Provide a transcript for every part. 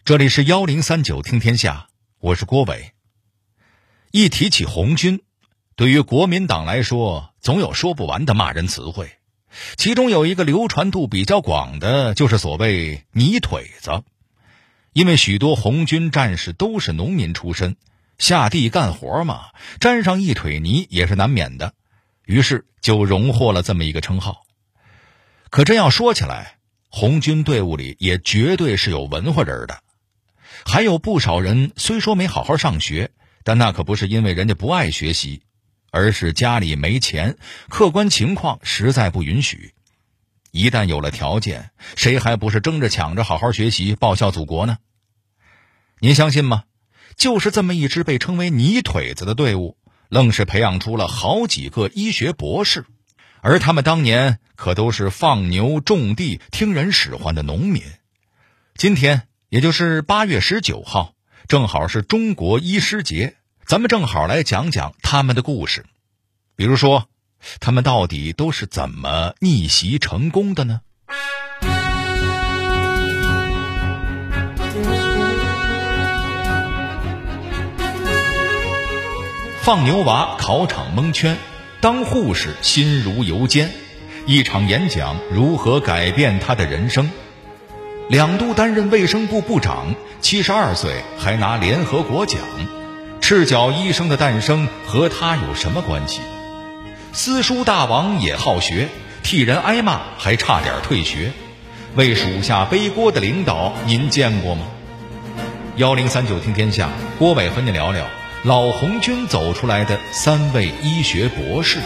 这里是1039听天下，我是郭伟。一提起红军，对于国民党来说，总有说不完的骂人词汇，其中有一个流传度比较广的，就是所谓泥腿子。因为许多红军战士都是农民出身，下地干活嘛，沾上一腿泥也是难免的，于是就荣获了这么一个称号。可真要说起来，红军队伍里也绝对是有文化人的，还有不少人虽说没好好上学，但那可不是因为人家不爱学习，而是家里没钱，客观情况实在不允许。一旦有了条件，谁还不是争着抢着好好学习，报效祖国呢？您相信吗？就是这么一支被称为泥腿子的队伍，愣是培养出了好几个医学博士，而他们当年可都是放牛种地听人使唤的农民。今天也就是8月19号，正好是中国医师节，咱们正好来讲讲他们的故事。比如说，他们到底都是怎么逆袭成功的呢？放牛娃考场蒙圈，当护士心如油煎，一场演讲如何改变他的人生。2度担任卫生部部长，72岁还拿联合国奖，赤脚医生的诞生和他有什么关系？私塾大王也好学，替人挨骂还差点退学，为属下背锅的领导您见过吗？1039听天下，郭伟和你聊聊老红军走出来的3位医学博士。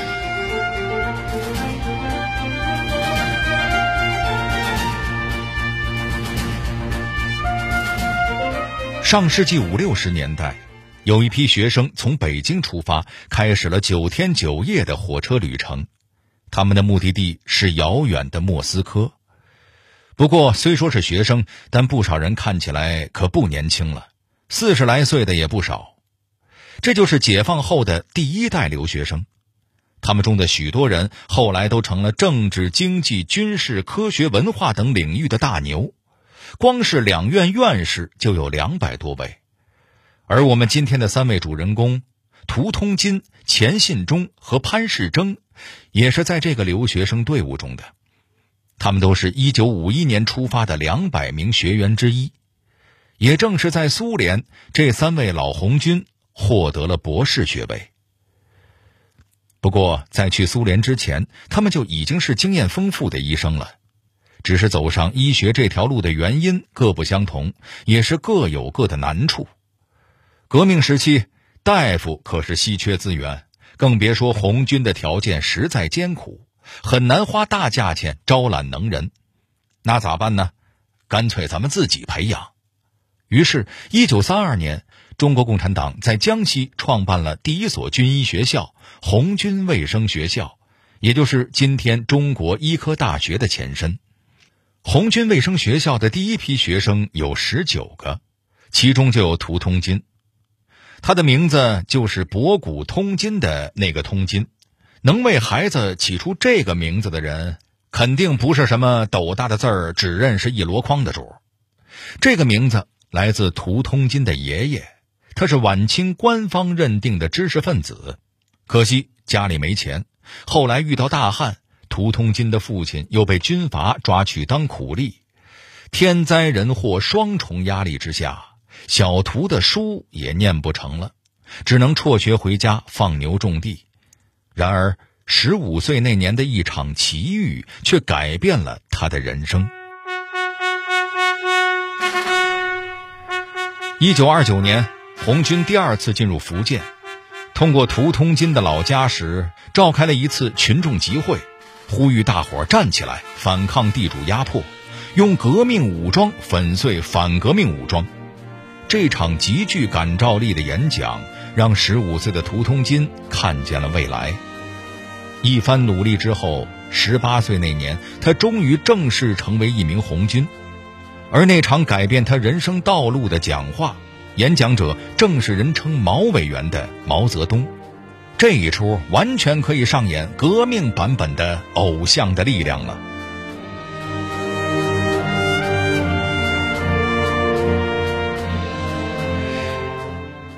上世纪50、60年代，有一批学生从北京出发，开始了9天9夜的火车旅程。他们的目的地是遥远的莫斯科。不过虽说是学生，但不少人看起来可不年轻了，40来岁的也不少。这就是解放后的第一代留学生。他们中的许多人后来都成了政治、经济、军事、科学、文化等领域的大牛，光是2院院士就有200多位。而我们今天的3位主人公涂通金、钱信忠和潘世铮，也是在这个留学生队伍中的。他们都是1951年出发的200名学员之一。也正是在苏联，这3位老红军获得了博士学位。不过在去苏联之前，他们就已经是经验丰富的医生了，只是走上医学这条路的原因各不相同，也是各有各的难处。革命时期，大夫可是稀缺资源，更别说红军的条件实在艰苦，很难花大价钱招揽能人。那咋办呢？干脆咱们自己培养。于是1932年，中国共产党在江西创办了第一所军医学校——红军卫生学校，也就是今天中国医科大学的前身。红军卫生学校的第一批学生有19个，其中就有涂通金。他的名字就是博古通今的那个通金，能为孩子起出这个名字的人，肯定不是什么斗大的字儿只认识一箩筐的主。这个名字来自涂通金的爷爷，他是晚清官方认定的知识分子，可惜家里没钱，后来遇到大旱，涂通金的父亲又被军阀抓去当苦力，天灾人祸双重压力之下，小涂的书也念不成了，只能辍学回家放牛种地。然而15岁那年的一场奇遇却改变了他的人生。1929年，红军第2次进入福建，通过涂通金的老家时，召开了一次群众集会，呼吁大伙站起来反抗地主压迫，用革命武装粉碎反革命武装。这场极具感召力的演讲让15岁的涂通金看见了未来。一番努力之后，18岁那年，他终于正式成为一名红军。而那场改变他人生道路的讲话，演讲者正是人称毛委员的毛泽东。这一出完全可以上演革命版本的偶像的力量了。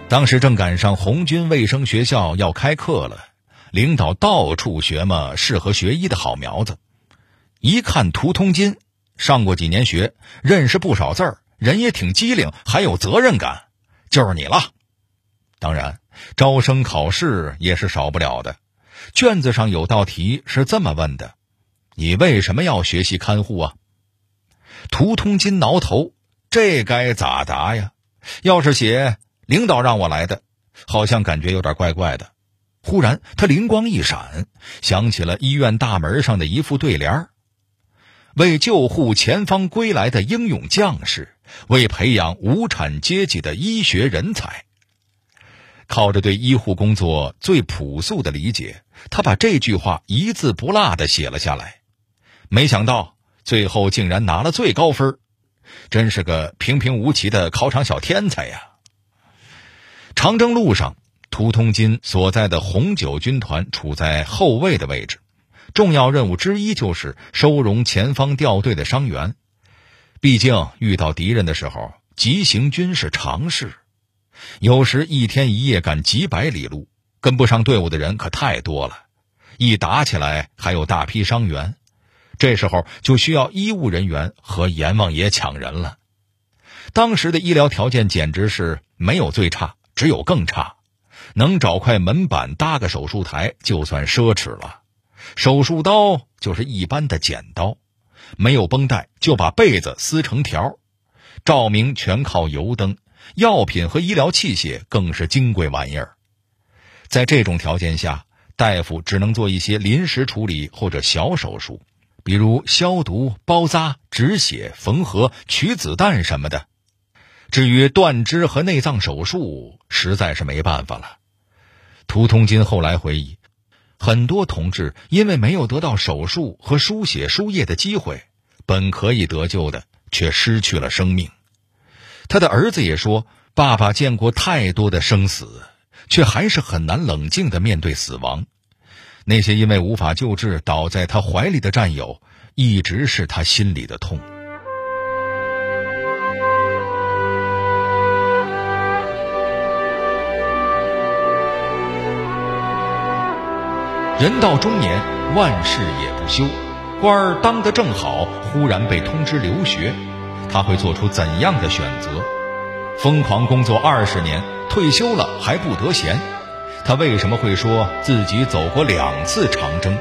当时正赶上红军卫生学校要开课了，领导到处学嘛适合学医的好苗子。一看涂通金，上过几年学，认识不少字儿，人也挺机灵，还有责任感，就是你了。当然，招生考试也是少不了的。卷子上有道题是这么问的：你为什么要学习看护啊？涂通金挠头，这该咋答呀？要是写领导让我来的，好像感觉有点怪怪的。忽然他灵光一闪，想起了医院大门上的一副对联：为救护前方归来的英勇将士，为培养无产阶级的医学人才。靠着对医护工作最朴素的理解，他把这句话一字不落地写了下来。没想到最后竟然拿了最高分，真是个平平无奇的考场小天才呀！长征路上，涂通金所在的红九军团处在后卫的位置，重要任务之一就是收容前方掉队的伤员。毕竟遇到敌人的时候，急行军是常事，有时一天一夜赶几百里路，跟不上队伍的人可太多了，一打起来还有大批伤员，这时候就需要医务人员和阎王爷抢人了。当时的医疗条件简直是没有最差，只有更差，能找块门板搭个手术台就算奢侈了，手术刀就是一般的剪刀，没有绷带就把被子撕成条，照明全靠油灯，药品和医疗器械更是金贵玩意儿。在这种条件下，大夫只能做一些临时处理或者小手术，比如消毒、包扎、止血、缝合、取子弹什么的。至于断肢和内脏手术，实在是没办法了。涂通金后来回忆，很多同志因为没有得到手术和输血输液的机会，本可以得救的，却失去了生命。他的儿子也说，爸爸见过太多的生死，却还是很难冷静地面对死亡。那些因为无法救治倒在他怀里的战友，一直是他心里的痛。人到中年，万事也不休，官儿当得正好，忽然被通知留学，他会做出怎样的选择？疯狂工作20年，退休了还不得闲，他为什么会说自己走过2次长征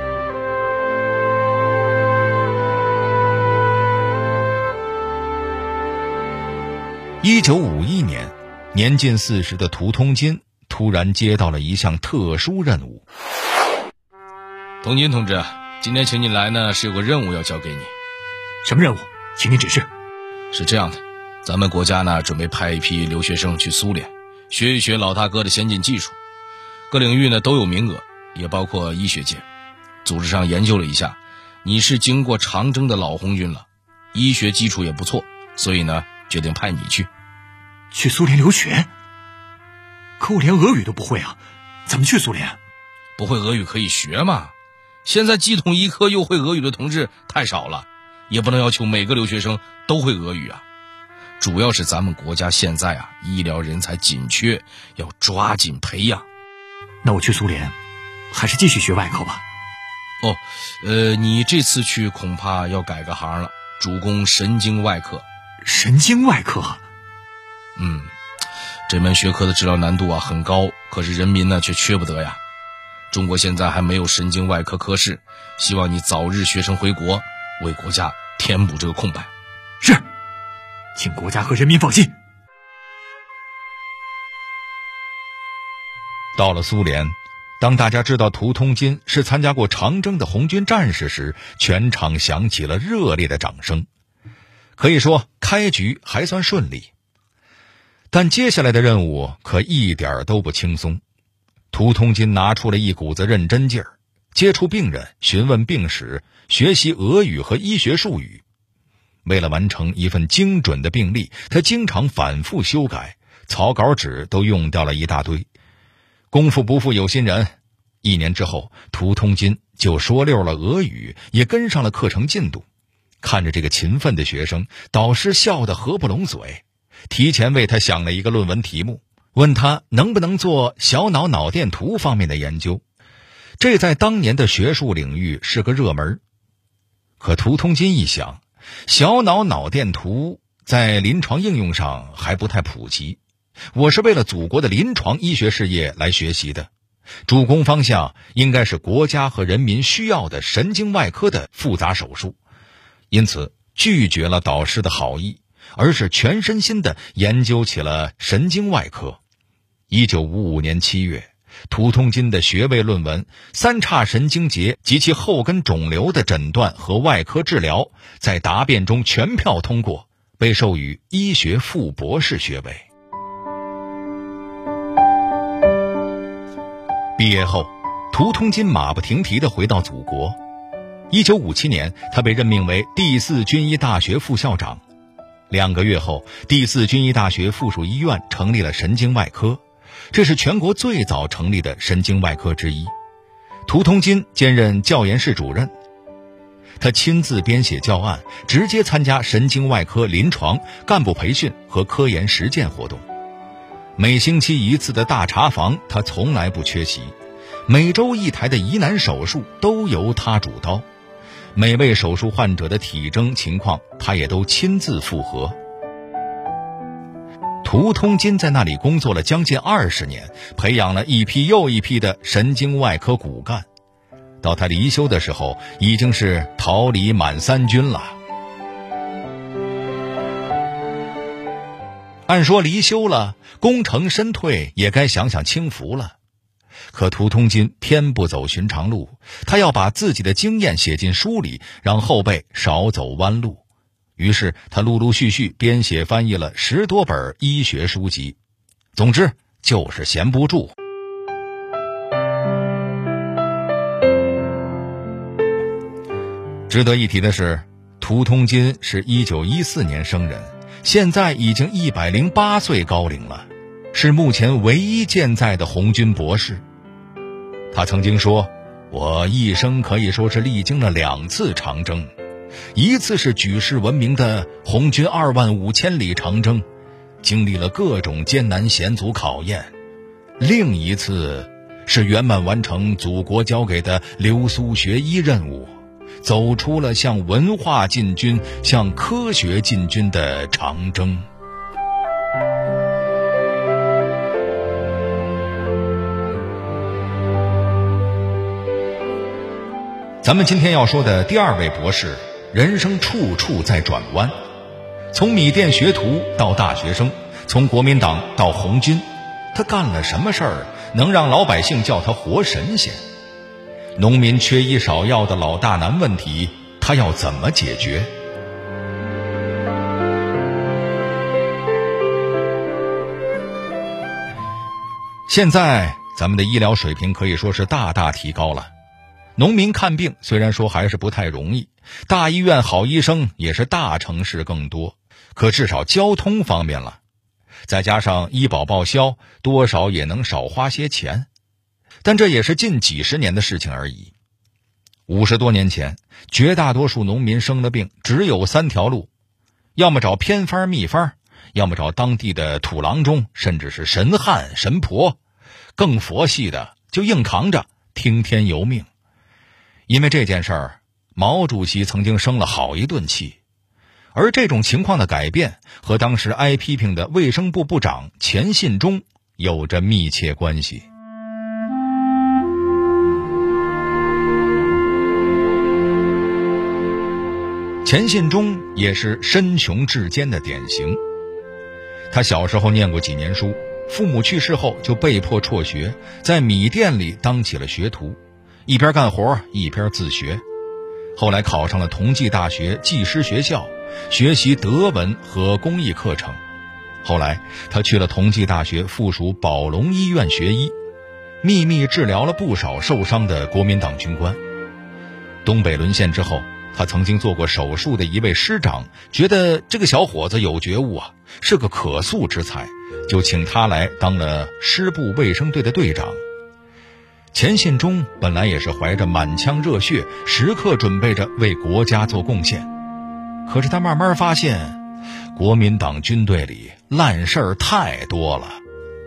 ？1951年，年近40的涂通金突然接到了一项特殊任务。 通金同志，今天请你来呢，是有个任务要交给你。 什么任务？请您指示。 是这样的，咱们国家呢准备派一批留学生去苏联，学一学老大哥的先进技术，各领域呢都有名额，也包括医学界。组织上研究了一下，你是经过长征的老红军了，医学基础也不错，所以呢决定派你去。 去苏联留学？可我连俄语都不会啊，怎么去苏联？ 不会俄语可以学嘛，现在既统医科又会俄语的同志太少了，也不能要求每个留学生都会俄语啊。主要是咱们国家现在啊，医疗人才紧缺，要抓紧培养。 那我去苏联还是继续学外科吧。 你这次去恐怕要改个行了，主攻神经外科。 神经外科？ 这门学科的治疗难度啊很高，可是人民呢却缺不得呀。中国现在还没有神经外科科室，希望你早日学成回国，为国家填补这个空白。 是，请国家和人民放心。 到了苏联，当大家知道涂通金是参加过长征的红军战士时，全场响起了热烈的掌声。可以说开局还算顺利，但接下来的任务可一点都不轻松。涂通金拿出了一股子认真劲儿，接触病人，询问病史，学习俄语和医学术语。为了完成一份精准的病历，他经常反复修改，草稿纸都用掉了一大堆。功夫不负有心人，1年之后，涂通金就说溜了俄语，也跟上了课程进度。看着这个勤奋的学生，导师笑得合不拢嘴，提前为他想了一个论文题目， 问他能不能做小脑脑电图方面的研究。这在当年的学术领域是个热门。可涂通金一想，小脑脑电图在临床应用上还不太普及，我是为了祖国的临床医学事业来学习的，主攻方向应该是国家和人民需要的神经外科的复杂手术，因此拒绝了导师的好意，而是全身心地研究起了神经外科。1955年7月，涂通金的学位论文《三叉神经节及其后根肿瘤的诊断和外科治疗》在答辩中全票通过，被授予医学副博士学位。毕业后，涂通金马不停蹄地回到祖国。1957年，他被任命为第4军医大学副校长。2个月后，第4军医大学附属医院成立了神经外科，这是全国最早成立的神经外科之一。涂通金兼任教研室主任，他亲自编写教案，直接参加神经外科临床、干部培训和科研实践活动。每星期1次的大查房他从来不缺席，每周1台的疑难手术都由他主刀，每位手术患者的体征情况他也都亲自复核。涂通金在那里工作了将近20年，培养了一批又一批的神经外科骨干。到他离休的时候，已经是桃李满3军了。按说离休了，功成身退，也该享享清福了。可涂通金偏不走寻常路，他要把自己的经验写进书里，让后辈少走弯路。于是他陆陆续续编写翻译了10多本医学书籍，总之就是闲不住。值得一提的是，涂通金是1914年生人，现在已经108岁高龄了，是目前唯一健在的红军博士。他曾经说，我一生可以说是历经了2次长征，一次是举世闻名的红军25000里长征，经历了各种艰难险阻考验；另一次是圆满完成祖国交给的留苏学医任务，走出了向文化进军、向科学进军的长征。咱们今天要说的第2位博士，人生处处在转弯，从米店学徒到大学生，从国民党到红军，他干了什么事儿能让老百姓叫他活神仙？农民缺医少药的老大难问题，他要怎么解决？现在咱们的医疗水平可以说是大大提高了，农民看病虽然说还是不太容易，大医院好医生也是大城市更多，可至少交通方便了，再加上医保报销，多少也能少花些钱。但这也是近几十年的事情而已。50多年前，绝大多数农民生了病只有3条路，要么找偏方秘方，要么找当地的土郎中，甚至是神汉神婆，更佛系的就硬扛着听天由命。因为这件事儿，毛主席曾经生了好一顿气，而这种情况的改变和当时挨批评的卫生部部长钱信忠有着密切关系。钱信忠也是身穷志坚的典型。他小时候念过几年书，父母去世后就被迫辍学，在米店里当起了学徒，一边干活一边自学。后来考上了同济大学技师学校，学习德文和工艺课程。后来他去了同济大学附属宝龙医院学医，秘密治疗了不少受伤的国民党军官。东北沦陷之后，他曾经做过手术的一位师长觉得这个小伙子有觉悟啊，是个可塑之才，就请他来当了师部卫生队的队长。钱信忠本来也是怀着满腔热血，时刻准备着为国家做贡献，可是他慢慢发现，国民党军队里烂事儿太多了，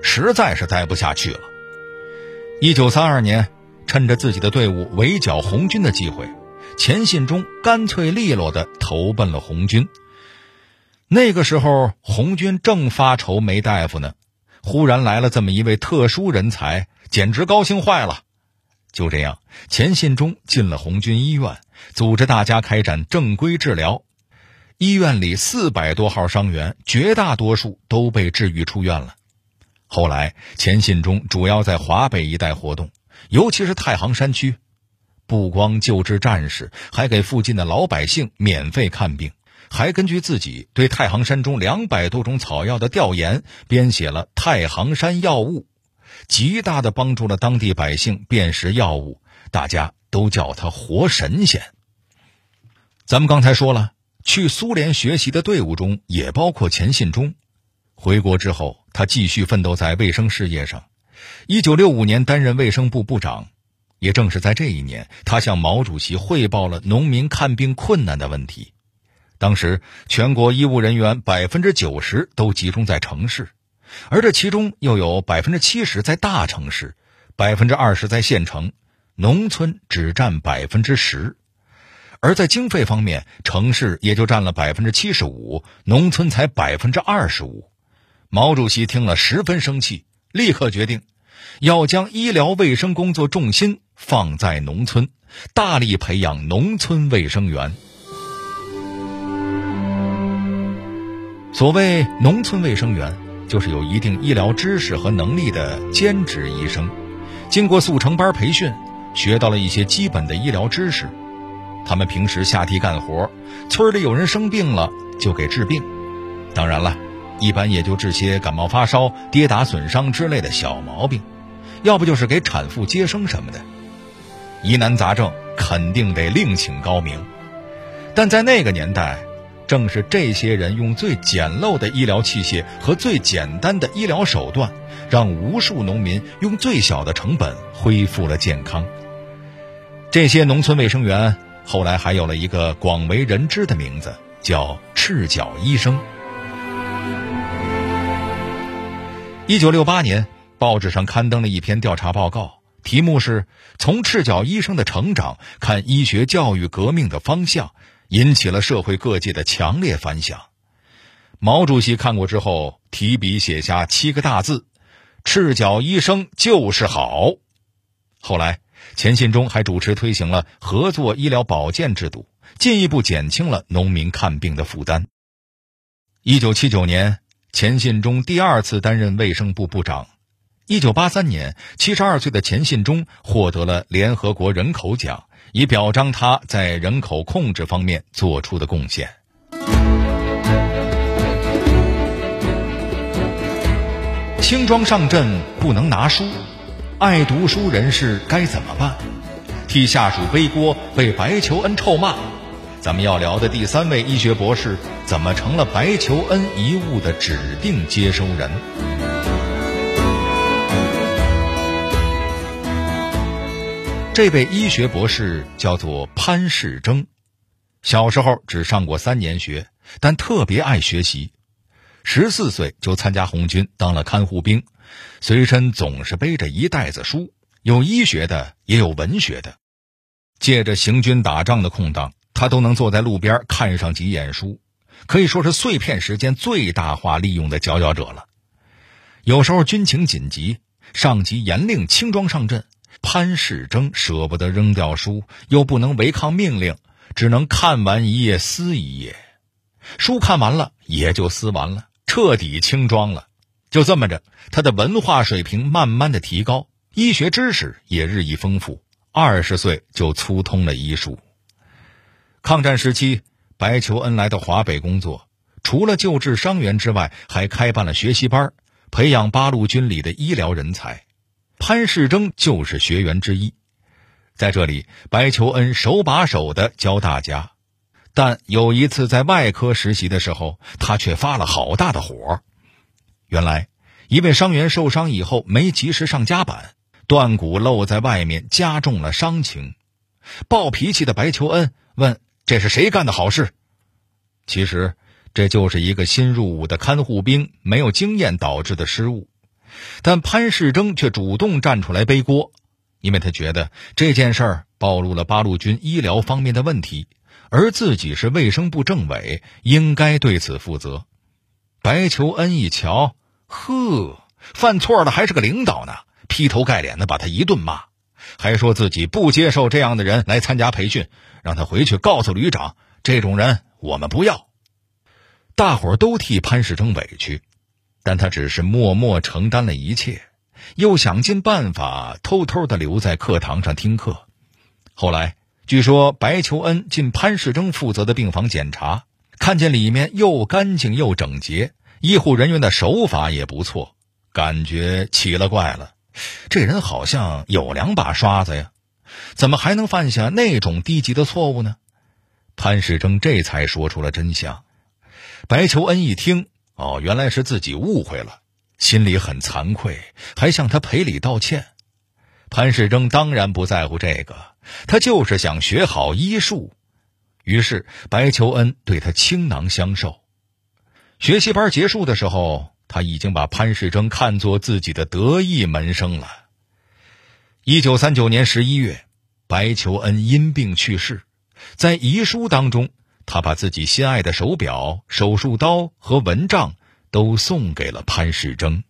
实在是待不下去了。1932年，趁着自己的队伍围剿红军的机会，钱信忠干脆利落地投奔了红军。那个时候红军正发愁没大夫呢，忽然来了这么一位特殊人才，简直高兴坏了。就这样，钱信忠进了红军医院，组织大家开展正规治疗。医院里400多号伤员，绝大多数都被治愈出院了。后来钱信忠主要在华北一带活动，尤其是太行山区，不光救治战士，还给附近的老百姓免费看病，还根据自己对太行山中200多种草药的调研，编写了《太行山药物》，极大地帮助了当地百姓辨识药物，大家都叫他活神仙。咱们刚才说了，去苏联学习的队伍中也包括钱信忠。回国之后，他继续奋斗在卫生事业上。1965年担任卫生部部长，也正是在这一年，他向毛主席汇报了农民看病困难的问题。当时全国医务人员 90% 都集中在城市，而这其中又有 70% 在大城市， 20% 在县城，农村只占 10%。而在经费方面，城市也就占了 75%， 农村才 25%。毛主席听了十分生气，立刻决定要将医疗卫生工作重心放在农村，大力培养农村卫生员。所谓农村卫生员，就是有一定医疗知识和能力的兼职医生，经过速成班培训，学到了一些基本的医疗知识。他们平时下地干活，村里有人生病了就给治病，当然了，一般也就治些感冒发烧、跌打损伤之类的小毛病，要不就是给产妇接生什么的。疑难杂症肯定得另请高明，但在那个年代，正是这些人用最简陋的医疗器械和最简单的医疗手段，让无数农民用最小的成本恢复了健康。这些农村卫生员后来还有了一个广为人知的名字，叫赤脚医生。1968年，报纸上刊登了一篇调查报告，题目是从赤脚医生的成长看医学教育革命的方向，引起了社会各界的强烈反响。毛主席看过之后，提笔写下7个大字：赤脚医生就是好。后来钱信忠还主持推行了合作医疗保健制度，进一步减轻了农民看病的负担。1979年，钱信忠第2次担任卫生部部长。1983年，72岁的钱信忠获得了联合国人口奖，以表彰他在人口控制方面做出的贡献。轻装上阵不能拿书，爱读书人士该怎么办？替下属背锅，被白求恩臭骂。咱们要聊的第3位医学博士，怎么成了白求恩遗物的指定接收人？这位医学博士叫做潘世征，小时候只上过3年学，但特别爱学习。14岁就参加红军当了看护兵，随身总是背着一袋子书，有医学的也有文学的。借着行军打仗的空档，他都能坐在路边看上几眼书，可以说是碎片时间最大化利用的佼佼者了。有时候军情紧急，上级严令轻装上阵，潘世征舍不得扔掉书，又不能违抗命令，只能看完一页撕一页。书看完了也就撕完了，彻底轻装了。就这么着，他的文化水平慢慢的提高，医学知识也日益丰富，20岁就粗通了医术。抗战时期，白求恩来到华北工作，除了救治伤员之外，还开办了学习班，培养八路军里的医疗人才。潘世征就是学员之一。在这里，白求恩手把手地教大家。但有一次在外科实习的时候，他却发了好大的火。原来，一位伤员受伤以后没及时上夹板，断骨露在外面，加重了伤情。暴脾气的白求恩问：“这是谁干的好事？”其实，这就是一个新入伍的看护兵没有经验导致的失误。 但潘世征却主动站出来背锅，因为他觉得这件事儿暴露了八路军医疗方面的问题，而自己是卫生部政委，应该对此负责。白求恩一瞧，呵，犯错了还是个领导呢，劈头盖脸的把他一顿骂，还说自己不接受这样的人来参加培训，让他回去告诉旅长，这种人我们不要。大伙儿都替潘世征委屈，但他只是默默承担了一切，又想尽办法偷偷地留在课堂上听课。后来据说白求恩进潘世征负责的病房检查，看见里面又干净又整洁，医护人员的手法也不错，感觉奇了怪了，这人好像有2把刷子呀，怎么还能犯下那种低级的错误呢？潘世征这才说出了真相。白求恩一听，原来是自己误会了，心里很惭愧，还向他赔礼道歉。潘世征当然不在乎这个，他就是想学好医术。于是白求恩对他倾囊相授。学习班结束的时候，他已经把潘世征看作自己的得意门生了。1939年11月，白求恩因病去世。在遗书当中，他把自己心爱的手表、手术刀和蚊帐都送给了潘世征。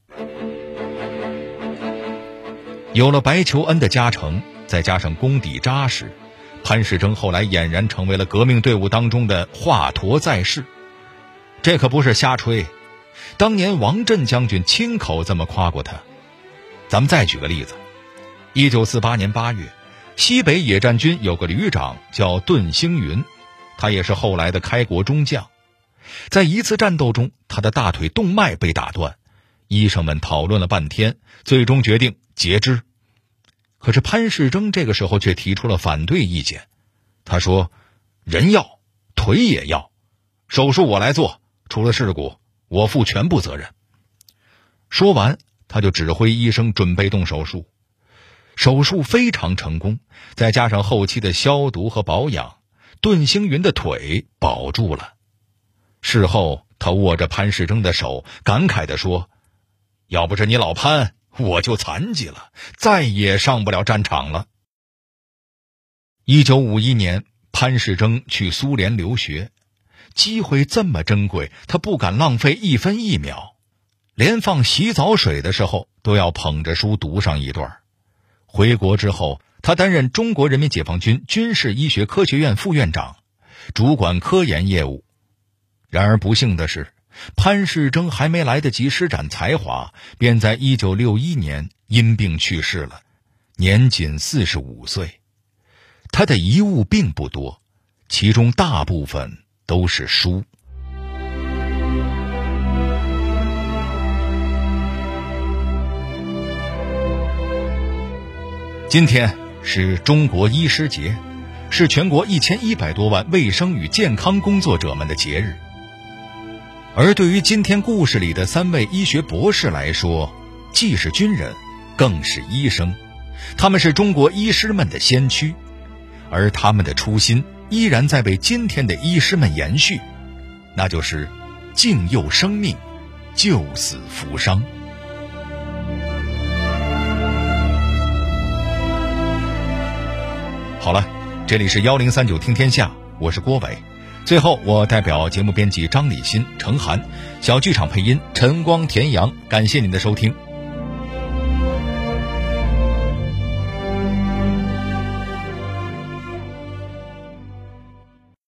有了白求恩的加成，再加上功底扎实，潘世征后来俨然成为了革命队伍当中的华佗在世。这可不是瞎吹，当年王震将军亲口这么夸过他。咱们再举个例子，1948年8月，西北野战军有个旅长叫顿星云，他也是后来的开国中将。在一次战斗中，他的大腿动脉被打断，医生们讨论了半天，最终决定截肢。可是潘世征这个时候却提出了反对意见，他说：人要，腿也要，手术我来做，出了事故我负全部责任。说完，他就指挥医生准备动手术。手术非常成功，再加上后期的消毒和保养，顿星云的腿保住了。事后他握着潘世征的手，感慨地说：要不是你老潘，我就残疾了，再也上不了战场了。1951年，潘世征去苏联留学，机会这么珍贵，他不敢浪费1分1秒，连放洗澡水的时候都要捧着书读上一段。回国之后，他担任中国人民解放军军事医学科学院副院长，主管科研业务。然而不幸的是，潘世征还没来得及施展才华，便在1961年因病去世了，年仅45岁。他的遗物并不多，其中大部分都是书。今天是中国医师节，是全国1100多万卫生与健康工作者们的节日。而对于今天故事里的3位医学博士来说，既是军人，更是医生，他们是中国医师们的先驱，而他们的初心依然在为今天的医师们延续，那就是敬佑生命，救死扶伤。好了，这里是1039听天下，我是郭伟。最后，我代表节目编辑张礼新、程涵，小剧场配音陈光、田阳，感谢您的收听。